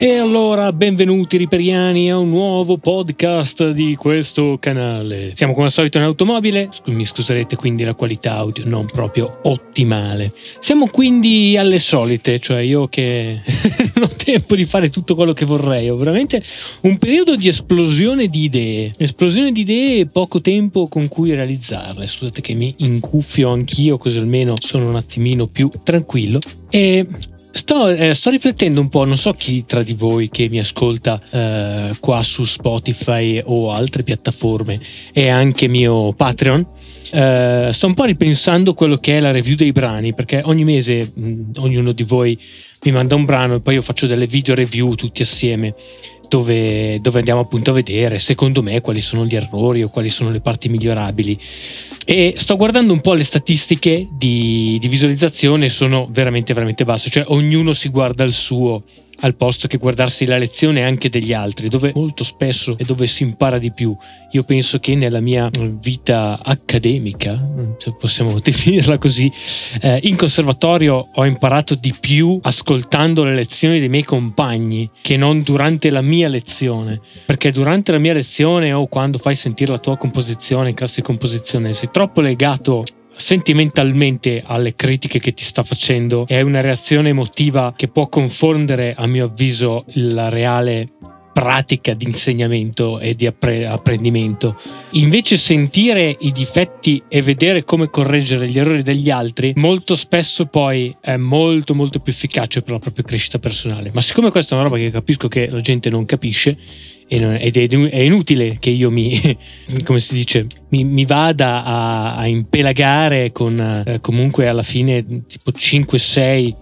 E allora, benvenuti riperiani a un nuovo podcast di questo canale. Siamo come al solito in automobile, mi scuserete quindi la qualità audio non proprio ottimale. Siamo quindi alle solite, cioè io che non ho tempo di fare tutto quello che vorrei. Ho veramente un periodo di esplosione di idee e poco tempo con cui realizzarle. Scusate che mi incuffio anch'io, così almeno sono un attimino più tranquillo. E sto riflettendo un po', non so chi tra di voi che mi ascolta qua su Spotify o altre piattaforme e anche mio Patreon, sto un po' ripensando quello che è la review dei brani, perché ogni mese ognuno di voi mi manda un brano e poi io faccio delle video review tutti assieme dove andiamo appunto a vedere secondo me quali sono gli errori o quali sono le parti migliorabili. E sto guardando un po' le statistiche di visualizzazione, sono veramente veramente basse, cioè ognuno si guarda il suo al posto che guardarsi la lezione anche degli altri, dove molto spesso è dove si impara di più. Io penso che nella mia vita accademica, se possiamo definirla così, in conservatorio ho imparato di più ascoltando le lezioni dei miei compagni che non durante la mia lezione, perché durante la mia lezione o quando fai sentire la tua composizione in classe di composizione sei troppo legato sentimentalmente alle critiche che ti sta facendo, è una reazione emotiva che può confondere, a mio avviso, la reale pratica di insegnamento e di apprendimento. Invece sentire i difetti e vedere come correggere gli errori degli altri molto spesso poi è molto molto più efficace per la propria crescita personale. Ma siccome questa è una roba che capisco che la gente non capisce ed è inutile che io come si dice, mi vada a impelagare con comunque alla fine tipo 5-6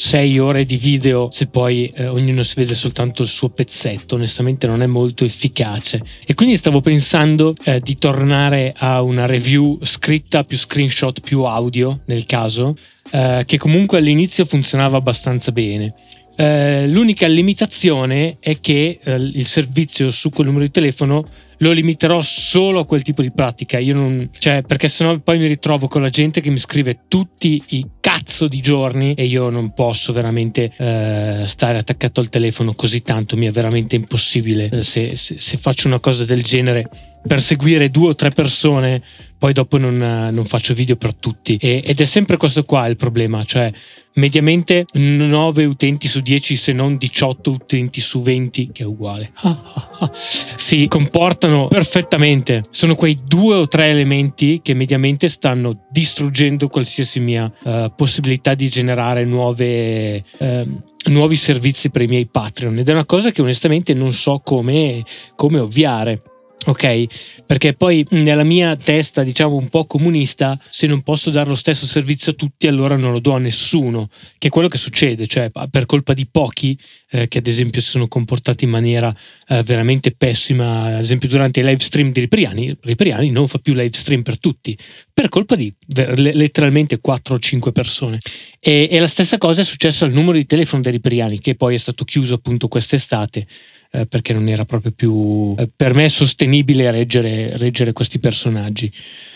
ore di video se poi ognuno si vede soltanto il suo pezzetto. Onestamente non è molto efficace e quindi stavo pensando di tornare a una review scritta più screenshot più audio nel caso, che comunque all'inizio funzionava abbastanza bene. L'unica limitazione è che il servizio su quel numero di telefono lo limiterò solo a quel tipo di pratica. Io non, cioè, perché sennò poi mi ritrovo con la gente che mi scrive tutti i cazzo di giorni e io non posso veramente stare attaccato al telefono così tanto. Mi è veramente impossibile se faccio una cosa del genere per seguire 2 o 3 persone, poi dopo non faccio video per tutti ed è sempre questo qua il problema, cioè mediamente 9 utenti su 10 se non 18 utenti su 20, che è uguale, si comportano perfettamente. Sono quei 2 o 3 elementi che mediamente stanno distruggendo qualsiasi mia possibilità di generare nuovi servizi per i miei Patreon, ed è una cosa che onestamente non so come ovviare. Ok, perché poi nella mia testa, diciamo un po' comunista, se non posso dare lo stesso servizio a tutti allora non lo do a nessuno, che è quello che succede, cioè per colpa di pochi che ad esempio si sono comportati in maniera veramente pessima, ad esempio durante i live stream di Riperiani non fa più live stream per tutti, per colpa di letteralmente 4 o 5 persone. E la stessa cosa è successa al numero di telefono dei Riperiani, che poi è stato chiuso appunto quest'estate, perché non era proprio più per me sostenibile reggere questi personaggi,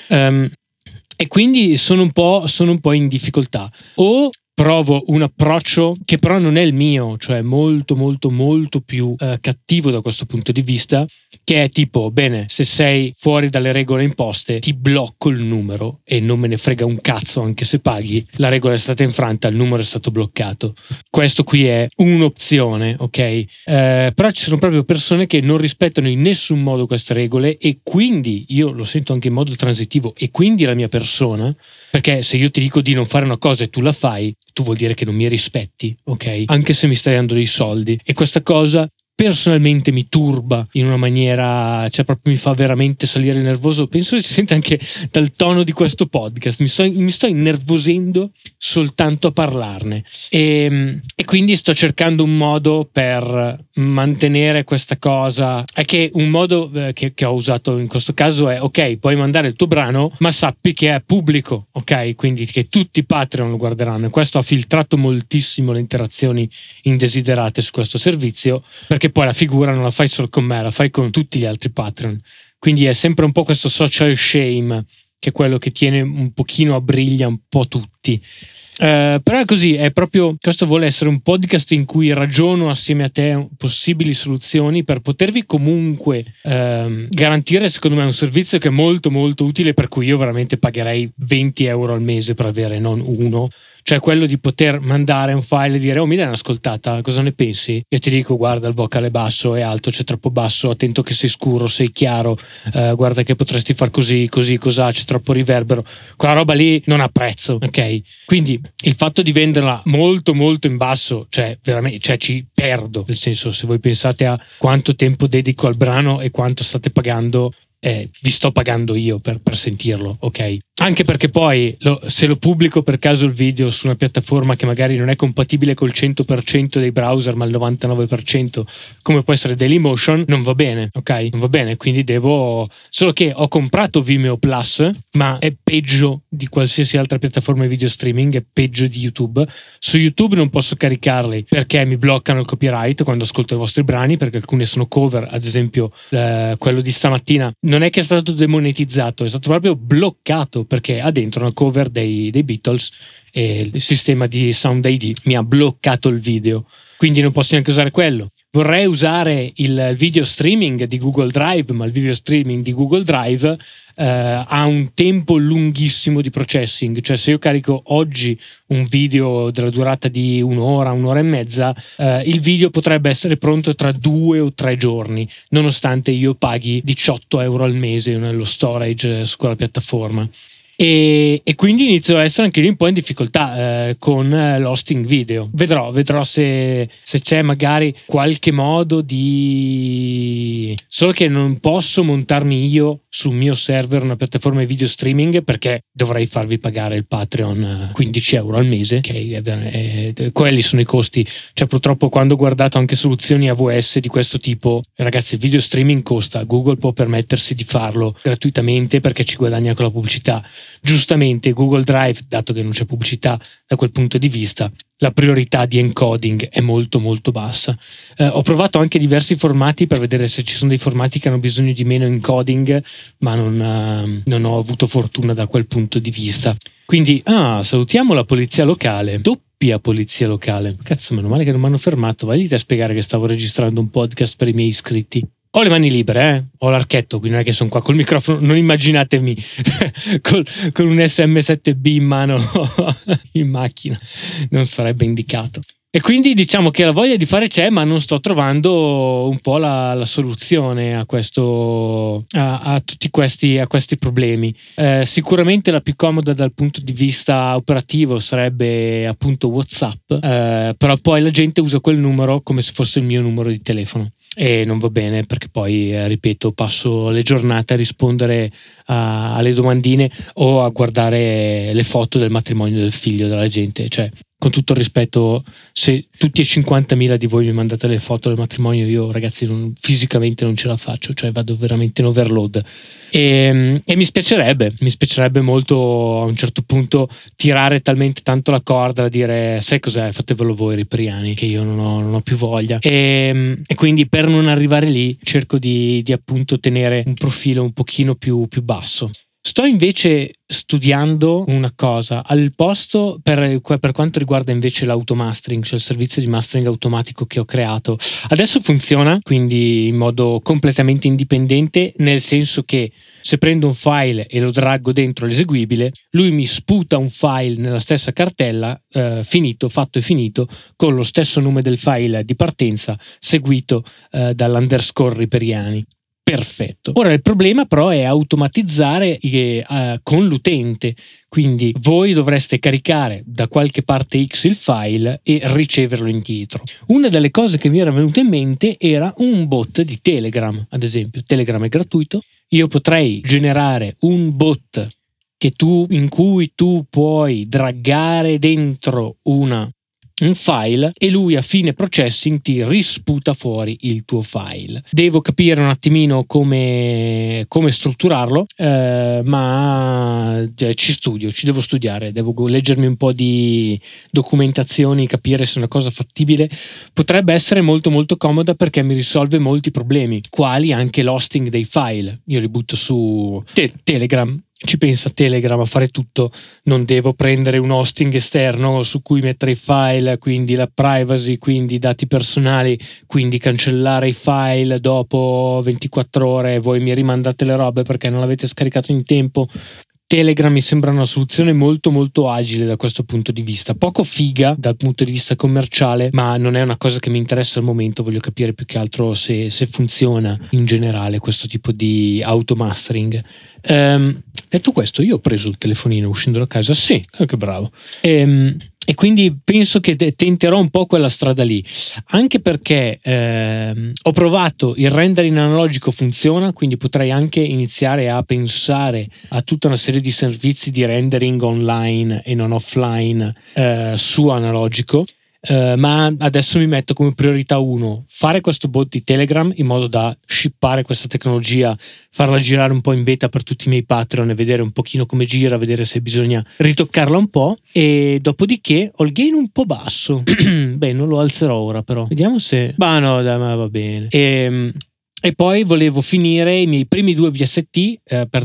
e quindi sono un po' in difficoltà. O provo un approccio che però non è il mio, cioè molto molto molto più cattivo da questo punto di vista, che è tipo: bene, se sei fuori dalle regole imposte ti blocco il numero e non me ne frega un cazzo anche se paghi, la regola è stata infranta, il numero è stato bloccato. Questo qui è un'opzione, ok? Però ci sono proprio persone che non rispettano in nessun modo queste regole, e quindi io lo sento anche in modo transitivo, e quindi la mia persona, perché se io ti dico di non fare una cosa e tu la fai, tu vuol dire che non mi rispetti, ok? Anche se mi stai dando dei soldi. E questa cosa personalmente mi turba in una maniera, cioè proprio mi fa veramente salire il nervoso. Penso che si senta anche dal tono di questo podcast, mi sto innervosendo soltanto a parlarne, e quindi sto cercando un modo per mantenere questa cosa. È che un modo che ho usato in questo caso è: ok, puoi mandare il tuo brano ma sappi che è pubblico, ok? Quindi che tutti i Patreon lo guarderanno, e questo ha filtrato moltissimo le interazioni indesiderate su questo servizio, perché poi la figura non la fai solo con me, la fai con tutti gli altri Patreon. Quindi è sempre un po' questo social shame che è quello che tiene un pochino a briglia un po' tutti. Però è così, è proprio, questo vuole essere un podcast in cui ragiono assieme a te possibili soluzioni per potervi comunque garantire, secondo me, un servizio che è molto molto utile, per cui io veramente pagherei 20 euro al mese per avere, non uno. Cioè quello di poter mandare un file e dire: oh, mi dai un'ascoltata, cosa ne pensi? Io ti dico: guarda, il vocale è basso, è alto, c'è troppo basso, attento che sei scuro, sei chiaro, guarda che potresti far così, cosà, c'è troppo riverbero. Quella roba lì non ha prezzo, ok? Quindi il fatto di venderla molto molto in basso, cioè veramente, cioè ci perdo, nel senso, se voi pensate a quanto tempo dedico al brano e quanto state pagando, vi sto pagando io per sentirlo, ok? Anche perché poi se lo pubblico per caso il video su una piattaforma che magari non è compatibile col 100% dei browser ma il 99%, come può essere Dailymotion, non va bene, ok? Non va bene, quindi solo che ho comprato Vimeo Plus, ma è peggio di qualsiasi altra piattaforma di video streaming, è peggio di YouTube. Su YouTube non posso caricarli perché mi bloccano il copyright quando ascolto i vostri brani, perché alcune sono cover, ad esempio quello di stamattina non è che è stato demonetizzato, è stato proprio bloccato perché ha dentro una cover dei Beatles e il sistema di Sound ID mi ha bloccato il video, quindi non posso neanche usare quello. Vorrei usare il video streaming di Google Drive, ma il video streaming di Google Drive ha un tempo lunghissimo di processing, cioè se io carico oggi un video della durata di un'ora e mezza, il video potrebbe essere pronto tra 2 o 3 giorni, nonostante io paghi 18 euro al mese nello storage su quella piattaforma. E quindi inizio a essere anche lì un po' in difficoltà con l'hosting video. Vedrò se c'è magari qualche modo di... Solo che non posso montarmi io sul mio server una piattaforma di video streaming perché dovrei farvi pagare il Patreon 15 euro al mese, quelli sono i costi. Cioè purtroppo quando ho guardato anche soluzioni AWS di questo tipo, ragazzi, il video streaming costa, Google può permettersi di farlo gratuitamente perché ci guadagna con la pubblicità. Giustamente Google Drive, dato che non c'è pubblicità da quel punto di vista, la priorità di encoding è molto molto bassa. Ho provato anche diversi formati per vedere se ci sono dei formati che hanno bisogno di meno encoding, ma non ho avuto fortuna da quel punto di vista. Quindi salutiamo la polizia locale, doppia polizia locale. Cazzo, meno male che non mi hanno fermato. Vai lì a spiegare che stavo registrando un podcast per i miei iscritti. Ho le mani libere, ho l'archetto, quindi non è che sono qua col microfono, non immaginatemi con un SM7B in mano in macchina, non sarebbe indicato. E quindi diciamo che la voglia di fare c'è, ma non sto trovando un po' la soluzione a tutti questi problemi. Sicuramente la più comoda dal punto di vista operativo sarebbe appunto WhatsApp, però poi la gente usa quel numero come se fosse il mio numero di telefono. E non va bene perché poi, ripeto, passo le giornate a rispondere alle domandine o a guardare le foto del matrimonio del figlio della gente. Cioè, con tutto il rispetto, se tutti e 50.000 di voi mi mandate le foto del matrimonio, io ragazzi fisicamente non ce la faccio, cioè vado veramente in overload. E mi spiacerebbe molto a un certo punto tirare talmente tanto la corda da dire: sai cos'è, fatevelo voi ripriani, che io non ho più voglia. E quindi per non arrivare lì cerco di appunto tenere un profilo un pochino più basso. Sto invece studiando una cosa al posto per quanto riguarda invece l'automastering, cioè il servizio di mastering automatico che ho creato. Adesso funziona quindi in modo completamente indipendente, nel senso che se prendo un file e lo draggo dentro l'eseguibile, lui mi sputa un file nella stessa cartella, fatto e finito, con lo stesso nome del file di partenza seguito dall'underscore riperiani. Perfetto. Ora il problema però è automatizzare con l'utente, quindi voi dovreste caricare da qualche parte X il file e riceverlo indietro. Una delle cose che mi era venuta in mente era un bot di Telegram, ad esempio. Telegram è gratuito, io potrei generare un bot in cui tu puoi draggare dentro un file e lui a fine processing ti risputa fuori il tuo file. Devo capire un attimino come strutturarlo, ma ci devo studiare, devo leggermi un po' di documentazioni, capire se è una cosa fattibile. Potrebbe essere molto molto comoda perché mi risolve molti problemi, quali anche l'hosting dei file. Io li butto su Telegram ci pensa Telegram a fare tutto, non devo prendere un hosting esterno su cui mettere i file, quindi la privacy, quindi i dati personali, quindi cancellare i file dopo 24 ore, voi mi rimandate le robe perché non l'avete scaricato in tempo. Telegram mi sembra una soluzione molto molto agile da questo punto di vista, poco figa dal punto di vista commerciale, ma non è una cosa che mi interessa al momento. Voglio capire più che altro se funziona in generale questo tipo di automastering. Detto questo, io ho preso il telefonino uscendo da casa, sì, che bravo, e quindi penso che tenterò un po' quella strada lì, anche perché ho provato il rendering analogico, funziona, quindi potrei anche iniziare a pensare a tutta una serie di servizi di rendering online e non offline su analogico. Ma adesso mi metto come priorità 1 fare questo bot di Telegram in modo da shippare questa tecnologia, farla girare un po' in beta per tutti i miei Patreon e vedere un pochino come gira, vedere se bisogna ritoccarla un po', e dopodiché ho il gain un po' basso. Beh, non lo alzerò ora, però vediamo se no, dai, ma va bene. E poi volevo finire i miei primi 2 VST per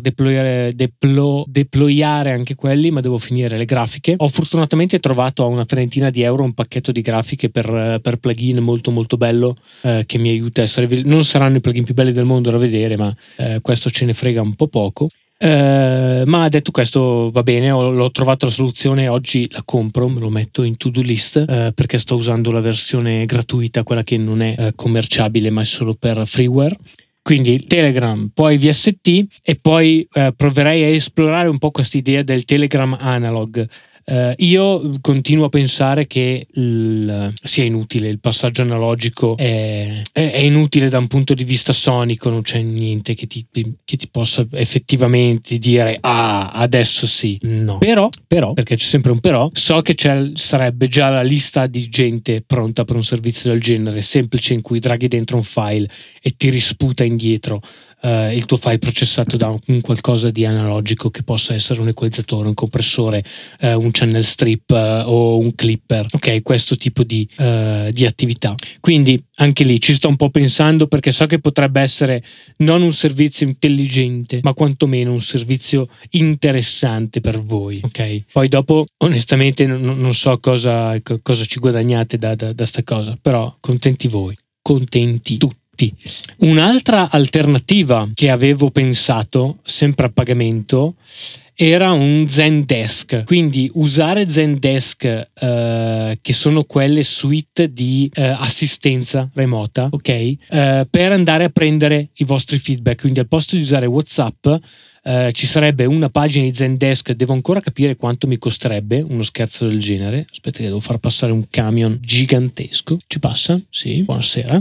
deployare anche quelli, ma devo finire le grafiche. Ho fortunatamente trovato a una trentina di euro un pacchetto di grafiche per plugin molto molto bello, che mi aiuta a essere... Non saranno i plugin più belli del mondo da vedere, ma questo ce ne frega un po' poco. Ma detto questo, va bene, l'ho trovato la soluzione, oggi la compro, me lo metto in to-do list, perché sto usando la versione gratuita, quella che non è commerciabile ma è solo per freeware. Quindi Telegram, poi VST, e poi proverei a esplorare un po' questa idea del Telegram analog. Io continuo a pensare che sia inutile il passaggio analogico, è inutile da un punto di vista sonico, non c'è niente che ti possa effettivamente dire adesso sì, no. Però, perché c'è sempre un però, so che sarebbe già la lista di gente pronta per un servizio del genere, semplice, in cui draghi dentro un file e ti risputa indietro il tuo file processato da un qualcosa di analogico, che possa essere un equalizzatore, un compressore, un channel strip o un clipper, ok, questo tipo di attività. Quindi anche lì ci sto un po' pensando, perché so che potrebbe essere non un servizio intelligente, ma quantomeno un servizio interessante per voi, ok? Poi dopo onestamente non so cosa ci guadagnate da sta cosa, però contenti voi, contenti tutti. Un'altra alternativa che avevo pensato, sempre a pagamento, era un Zendesk. Quindi usare Zendesk, che sono quelle suite di assistenza remota, ok, per andare a prendere i vostri feedback. Quindi al posto di usare WhatsApp ci sarebbe una pagina di Zendesk. Devo ancora capire quanto mi costerebbe uno scherzo del genere. Aspetta che devo far passare un camion gigantesco. Ci passa? Sì, buonasera.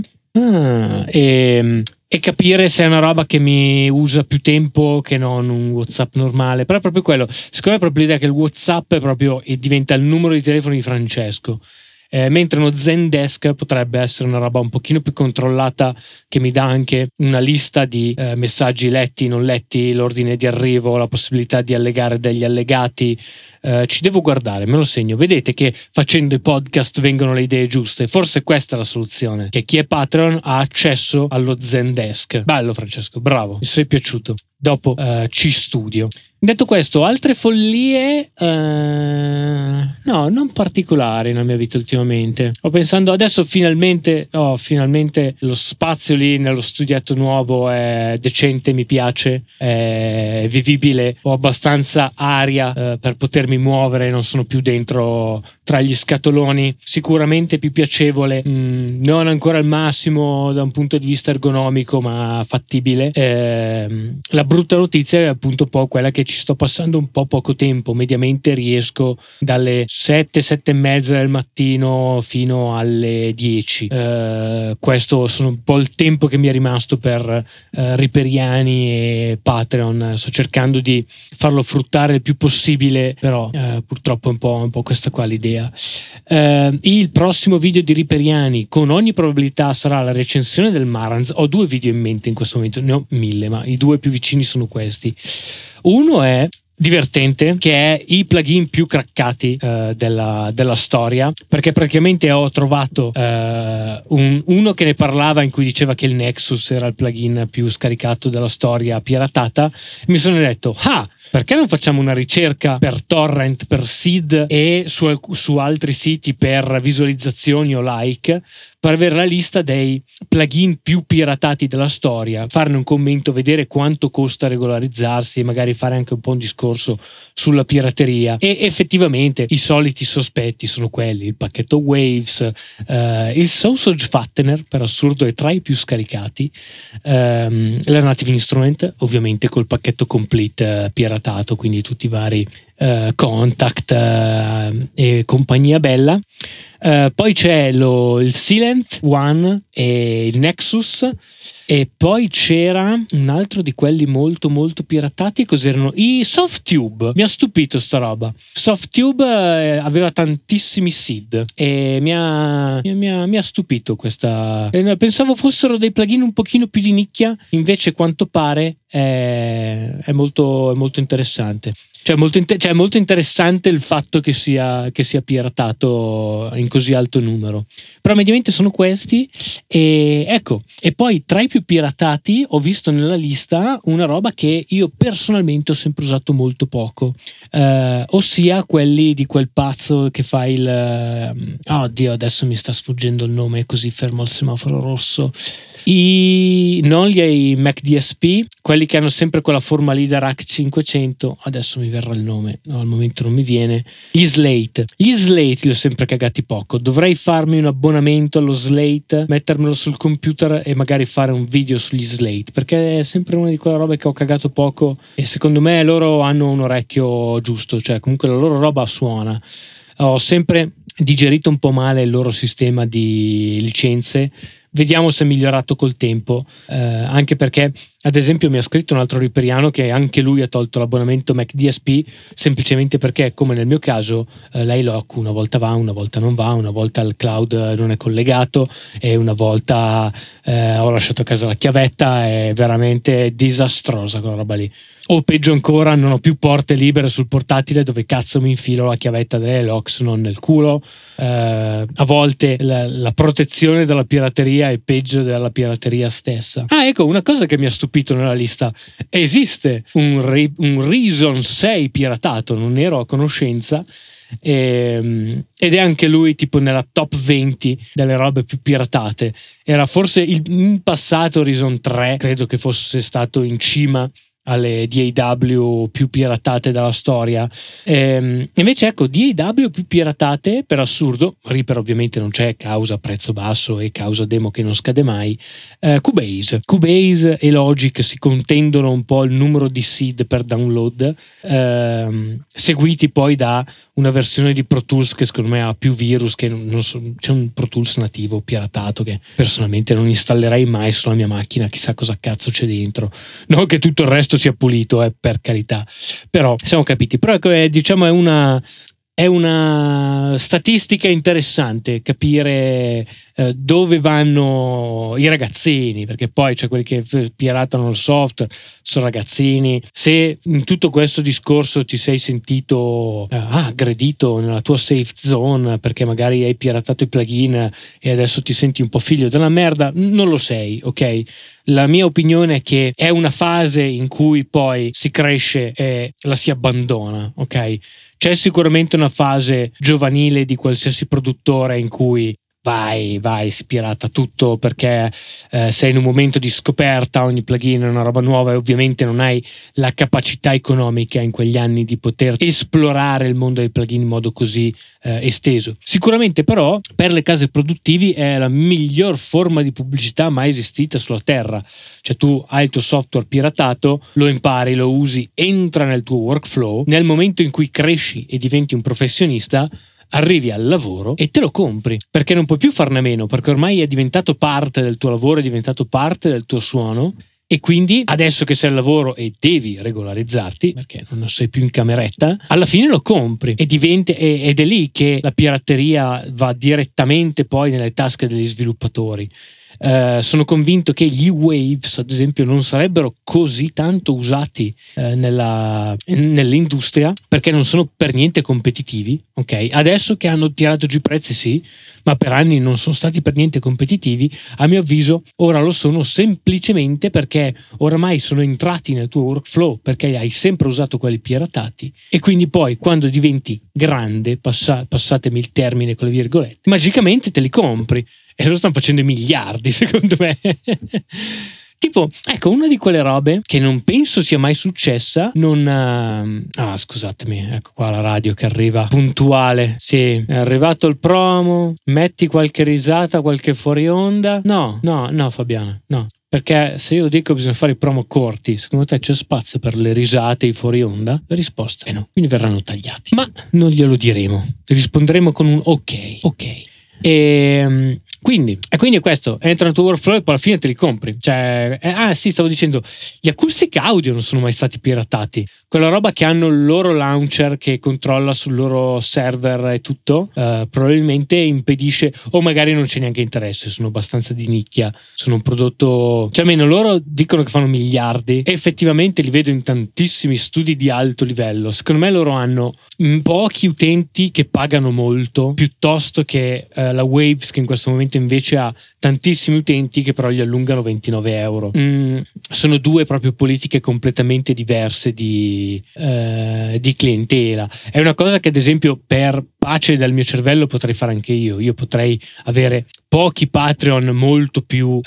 E capire se è una roba che mi usa più tempo che non un WhatsApp normale. Però è proprio quello, secondo me è proprio l'idea che il WhatsApp è proprio, e diventa il numero di telefono di Francesco, mentre uno Zendesk potrebbe essere una roba un pochino più controllata, che mi dà anche una lista di messaggi letti, non letti, l'ordine di arrivo, la possibilità di allegare degli allegati. Ci devo guardare, me lo segno. Vedete che facendo i podcast vengono le idee giuste. Forse questa è la soluzione, che chi è Patreon ha accesso allo Zendesk. Bello Francesco, bravo, mi sei piaciuto. Dopo ci studio. Detto questo, altre follie no, non particolari nella mia vita ultimamente. Ho pensando adesso finalmente lo spazio lì nello studietto nuovo è decente, mi piace, è vivibile, ho abbastanza aria per potermi muovere, non sono più dentro tra gli scatoloni, sicuramente più piacevole, non ancora al massimo da un punto di vista ergonomico, ma fattibile. La brutta notizia è appunto un po' quella che ci sto passando un po' poco tempo. Mediamente riesco dalle 7:30 del mattino fino alle 10. Questo sono un po' il tempo che mi è rimasto per Riperiani e Patreon. Sto cercando di farlo fruttare il più possibile, però purtroppo è un po' questa qua l'idea. Il prossimo video di Riperiani con ogni probabilità sarà la recensione del Marantz. Ho 2 video in mente in questo momento, ne ho 1000, ma i 2 più vicini sono questi. Uno è divertente, che è i plugin più craccati della storia, perché praticamente ho trovato uno che ne parlava, in cui diceva che il Nexus era il plugin più scaricato della storia piratata. Mi sono detto perché non facciamo una ricerca per torrent, per seed e su altri siti per visualizzazioni o like, per avere la lista dei plugin più piratati della storia, farne un commento, vedere quanto costa regolarizzarsi e magari fare anche un po' un discorso sulla pirateria. E effettivamente i soliti sospetti sono quelli: il pacchetto Waves, il Sausage Fattener, per assurdo è tra i più scaricati, la Native Instrument ovviamente col pacchetto complete piratato, quindi tutti i vari Contact e compagnia bella. Poi c'è il Silent One e il Nexus, e poi c'era un altro di quelli molto molto piratati. Cos'erano? I Softtube. Mi ha stupito sta roba. Softtube aveva tantissimi seed e mi ha stupito questa. Pensavo fossero dei plugin un pochino più di nicchia, invece quanto pare è molto interessante. Cioè molto interessante il fatto che sia piratato in così alto numero. Però mediamente sono questi, e ecco. E poi tra i più piratati ho visto nella lista una roba che io personalmente ho sempre usato molto poco, ossia quelli di quel pazzo che fa oddio, adesso mi sta sfuggendo il nome, così fermo al semaforo rosso. Non gli Mac DSP, quelli che hanno sempre quella forma lì da Rack 500, adesso mi verrà il nome, no, al momento non mi viene. Gli Slate li ho sempre cagati poco. Dovrei farmi un abbonamento allo Slate, mettermelo sul computer e magari fare un video sugli Slate, perché è sempre una di quelle robe che ho cagato poco, e secondo me loro hanno un orecchio giusto, cioè comunque la loro roba suona. Ho sempre digerito un po' male il loro sistema di licenze. Vediamo se è migliorato col tempo, anche perché ad esempio mi ha scritto un altro riperiano che anche lui ha tolto l'abbonamento Mac DSP semplicemente perché, come nel mio caso, l'iLock una volta va, una volta non va, una volta il cloud non è collegato e una volta ho lasciato a casa la chiavetta. È veramente disastrosa quella roba lì. O peggio ancora, non ho più porte libere sul portatile, dove cazzo mi infilo la chiavetta dell'iLock se non nel culo. A volte la protezione dalla pirateria è peggio della pirateria stessa. Ecco, una cosa che mi ha stupito nella lista: esiste un Reason 6 piratato, non ne ero a conoscenza, ed è anche lui tipo nella top 20 delle robe più piratate. Era forse in passato Reason 3, credo che fosse stato in cima alle DAW più piratate della storia. Invece ecco, DAW più piratate, per assurdo, Reaper ovviamente non c'è, causa prezzo basso e causa demo che non scade mai. Cubase e Logic si contendono un po' il numero di seed per download, seguiti poi da una versione di Pro Tools che secondo me ha più virus, che non so, c'è un Pro Tools nativo piratato che personalmente non installerei mai sulla mia macchina, chissà cosa cazzo c'è dentro, non che tutto il resto sia pulito, per carità, però siamo capiti. Però diciamo è una statistica interessante capire dove vanno i ragazzini, perché poi c'è quelli che piratano il software, sono ragazzini. Se in tutto questo discorso ti sei sentito aggredito nella tua safe zone perché magari hai piratato i plugin e adesso ti senti un po' figlio della merda, non lo sei, ok? La mia opinione è che è una fase in cui poi si cresce e la si abbandona, ok? C'è sicuramente una fase giovanile di qualsiasi produttore in cui vai, si pirata tutto perché sei in un momento di scoperta, ogni plugin è una roba nuova e ovviamente non hai la capacità economica in quegli anni di poter esplorare il mondo dei plugin in modo così esteso. Sicuramente però per le case produttivi è la miglior forma di pubblicità mai esistita sulla terra. Cioè tu hai il tuo software piratato, lo impari, lo usi, entra nel tuo workflow, nel momento in cui cresci e diventi un professionista arrivi al lavoro e te lo compri, perché non puoi più farne a meno, perché ormai è diventato parte del tuo lavoro, è diventato parte del tuo suono. E quindi adesso che sei al lavoro e devi regolarizzarti perché non sei più in cameretta, alla fine lo compri ed è lì che la pirateria va direttamente poi nelle tasche degli sviluppatori. sono convinto che gli Waves, ad esempio, non sarebbero così tanto usati nell'industria, perché non sono per niente competitivi. Ok, adesso che hanno tirato giù i prezzi sì, ma per anni non sono stati per niente competitivi. A mio avviso ora lo sono semplicemente perché oramai sono entrati nel tuo workflow, perché hai sempre usato quelli piratati, e quindi poi quando diventi grande, passatemi il termine con le virgolette, magicamente te li compri, e lo stanno facendo i miliardi secondo me. Tipo, ecco, una di quelle robe che non penso sia mai successa, scusatemi, ecco qua la radio che arriva puntuale. Sì, è arrivato il promo, metti qualche risata, qualche fuori onda. No, Fabiana, no. Perché se io dico che bisogna fare i promo corti, secondo te c'è spazio per le risate e i fuori onda? La risposta è no, quindi verranno tagliati. Ma non glielo diremo, risponderemo con un ok. Quindi è questo, entra nel tuo workflow e poi alla fine te li compri. Cioè, sì, stavo dicendo, gli acoustic audio non sono mai stati piratati. Quella roba che hanno il loro launcher che controlla sul loro server e tutto, probabilmente impedisce, o magari non c'è neanche interesse, sono abbastanza di nicchia, sono un prodotto, cioè almeno loro dicono che fanno miliardi e effettivamente li vedo in tantissimi studi di alto livello. Secondo me loro hanno pochi utenti che pagano molto, piuttosto che la Waves, che in questo momento invece ha tantissimi utenti che però gli allungano 29 euro. Sono due proprio politiche completamente diverse di clientela. È una cosa che ad esempio per pace del mio cervello potrei fare anche io potrei avere pochi Patreon molto più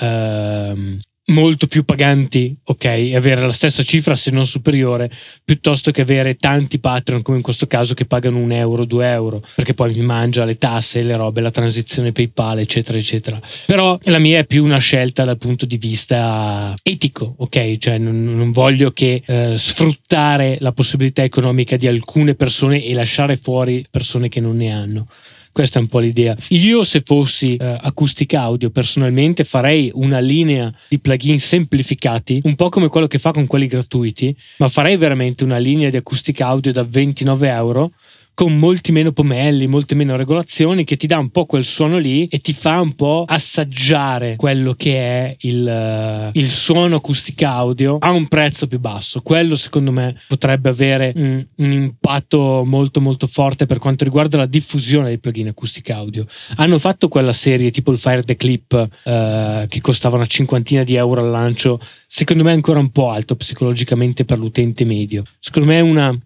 paganti, ok, e avere la stessa cifra se non superiore, piuttosto che avere tanti Patreon come in questo caso che pagano 1 euro, 2 euro, perché poi mi mangia le tasse, le robe, la transizione PayPal, eccetera eccetera. Però la mia è più una scelta dal punto di vista etico, ok, cioè non voglio che sfruttare la possibilità economica di alcune persone e lasciare fuori persone che non ne hanno. Questa è un po' l'idea. Io, se fossi Acoustic Audio, personalmente farei una linea di plugin semplificati, un po' come quello che fa con quelli gratuiti, ma farei veramente una linea di Acoustic Audio da 29 euro con molti meno pomelli, molte meno regolazioni, che ti dà un po' quel suono lì e ti fa un po' assaggiare quello che è il suono Acoustic Audio a un prezzo più basso. Quello secondo me potrebbe avere un impatto molto molto forte per quanto riguarda la diffusione dei plugin Acoustic Audio. Hanno fatto quella serie tipo il Fire the Clip che costava una cinquantina di euro al lancio. Secondo me è ancora un po' alto psicologicamente per l'utente medio. Secondo me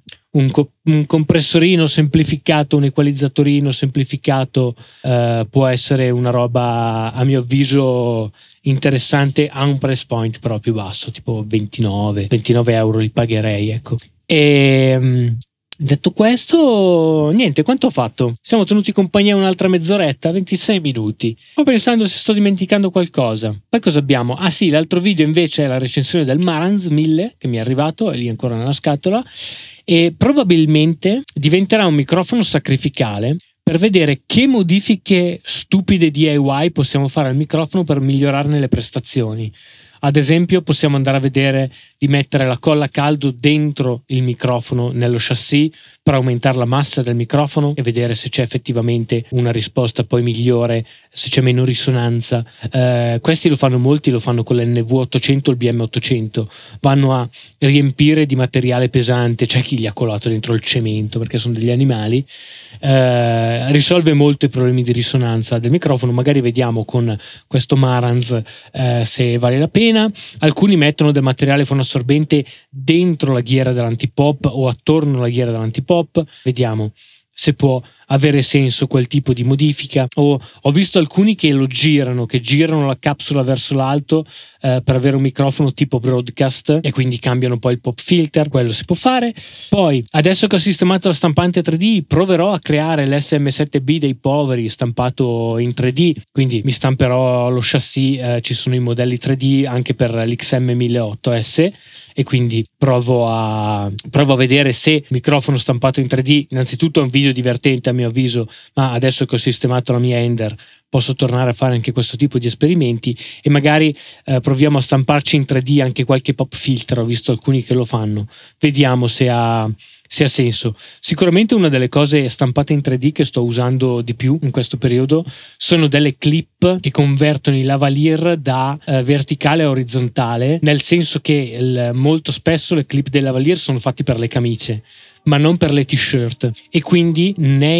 un compressorino semplificato, un equalizzatorino semplificato può essere una roba, a mio avviso, interessante a un price point però più basso, tipo 29 euro li pagherei, ecco. E detto questo, niente, quanto ho fatto? Siamo tenuti compagnia un'altra mezz'oretta, 26 minuti. Sto pensando se sto dimenticando qualcosa. Poi cosa abbiamo? Ah sì, l'altro video invece è la recensione del Marantz 1000 che mi è arrivato, è lì ancora nella scatola, e probabilmente diventerà un microfono sacrificale per vedere che modifiche stupide DIY possiamo fare al microfono per migliorarne le prestazioni. Ad esempio possiamo andare a vedere di mettere la colla a caldo dentro il microfono nello chassis per aumentare la massa del microfono e vedere se c'è effettivamente una risposta poi migliore, se c'è meno risonanza. Questi lo fanno molti, lo fanno con l'NV800 o il BM800, vanno a riempire di materiale pesante, c'è chi gli ha colato dentro il cemento perché sono degli animali. Risolve molto i problemi di risonanza del microfono. Magari vediamo con questo Marantz se vale la pena. Alcuni mettono del materiale fonoassorbente dentro la ghiera dell'antipop o attorno alla ghiera dell'antipop. Vediamo se può avere senso quel tipo di modifica. Ho visto alcuni che girano la capsula verso l'alto per avere un microfono tipo broadcast e quindi cambiano poi il pop filter. Quello si può fare. Poi adesso che ho sistemato la stampante 3D proverò a creare l'SM7B dei poveri stampato in 3D, quindi mi stamperò lo chassis, ci sono i modelli 3D anche per l'XM1008S e quindi provo a vedere se il microfono stampato in 3D, innanzitutto è un video divertente a mio avviso, ma adesso che ho sistemato la mia Ender posso tornare a fare anche questo tipo di esperimenti e magari proviamo a stamparci in 3D anche qualche pop filter. Ho visto alcuni che lo fanno, vediamo se ha se ha senso. Sicuramente una delle cose stampate in 3D che sto usando di più in questo periodo sono delle clip che convertono i lavalier da verticale a orizzontale, nel senso che molto spesso le clip dei lavalier sono fatti per le camicie ma non per le t-shirt, e quindi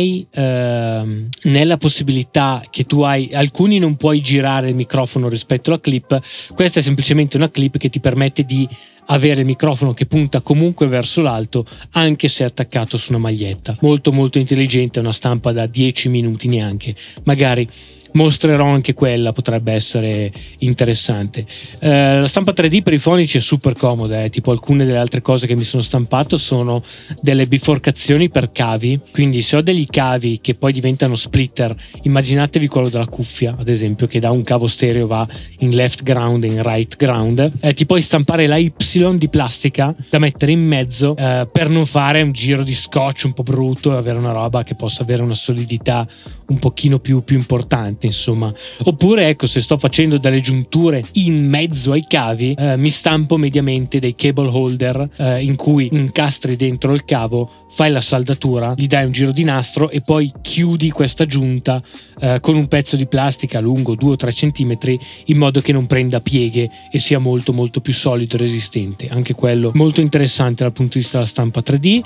nella possibilità che tu hai, alcuni non puoi girare il microfono rispetto alla clip. Questa è semplicemente una clip che ti permette di avere il microfono che punta comunque verso l'alto anche se è attaccato su una maglietta. Molto molto intelligente, una stampa da 10 minuti neanche, magari mostrerò anche quella, potrebbe essere interessante. La stampa 3D per i fonici è super comoda, tipo alcune delle altre cose che mi sono stampato sono delle biforcazioni per cavi, quindi se ho degli cavi che poi diventano splitter, immaginatevi quello della cuffia ad esempio, che da un cavo stereo va in left ground e in right ground, ti puoi stampare la Y di plastica da mettere in mezzo per non fare un giro di scotch un po' brutto e avere una roba che possa avere una solidità un pochino più importante, insomma. Oppure ecco, se sto facendo delle giunture in mezzo ai cavi, mi stampo mediamente dei cable holder in cui incastri dentro il cavo, fai la saldatura, gli dai un giro di nastro e poi chiudi questa giunta con un pezzo di plastica lungo 2 o 3 centimetri in modo che non prenda pieghe e sia molto molto più solido e resistente. Anche quello molto interessante dal punto di vista della stampa 3D.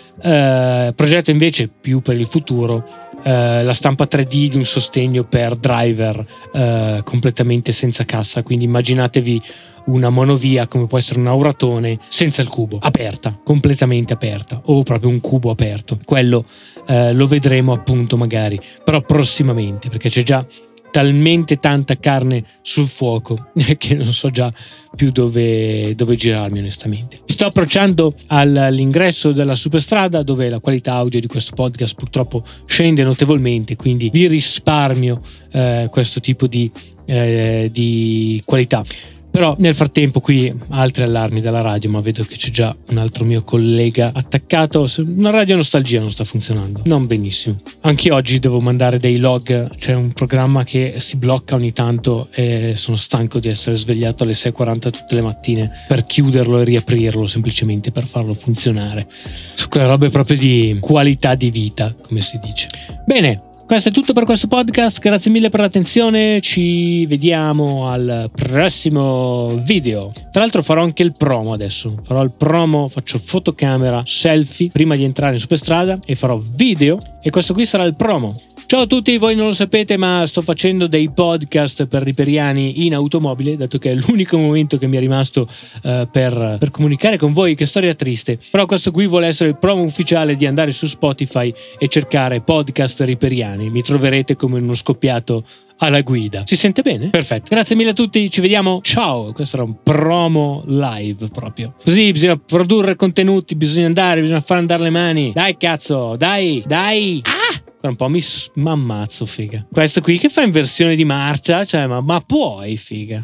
Progetto invece più per il futuro, la stampa 3D di un sostegno per driver completamente senza cassa, quindi immaginatevi una monovia come può essere un auratone senza il cubo, aperta, completamente aperta, o proprio un cubo aperto. Quello lo vedremo appunto magari, però prossimamente, perché c'è già talmente tanta carne sul fuoco che non so già più dove girarmi onestamente. Mi sto approcciando all'ingresso della superstrada dove la qualità audio di questo podcast purtroppo scende notevolmente, quindi vi risparmio questo tipo di qualità. Però nel frattempo qui altri allarmi dalla radio, ma vedo che c'è già un altro mio collega attaccato. Una radio nostalgia non sta funzionando, non benissimo. Anche oggi devo mandare dei log, c'è un programma che si blocca ogni tanto e sono stanco di essere svegliato alle 6:40 tutte le mattine per chiuderlo e riaprirlo semplicemente per farlo funzionare. Su quelle robe proprio di qualità di vita, come si dice. Bene, questo è tutto per questo podcast, grazie mille per l'attenzione, ci vediamo al prossimo video. Tra l'altro farò anche il promo adesso, farò il promo, faccio fotocamera, selfie prima di entrare in superstrada e farò video e questo qui sarà il promo. Ciao a tutti, voi non lo sapete ma sto facendo dei podcast per riperiani in automobile, dato che è l'unico momento che mi è rimasto per comunicare con voi. Che storia triste, però questo qui vuole essere il promo ufficiale di andare su Spotify e cercare podcast riperiani, mi troverete come uno scoppiato alla guida. Si sente bene? Perfetto, grazie mille a tutti, ci vediamo, ciao. Questo era un promo live proprio così, bisogna produrre contenuti, bisogna far andare le mani, dai cazzo, dai un po' mi ammazzo, figa. Questo qui che fa in versione di marcia, cioè ma puoi, figa.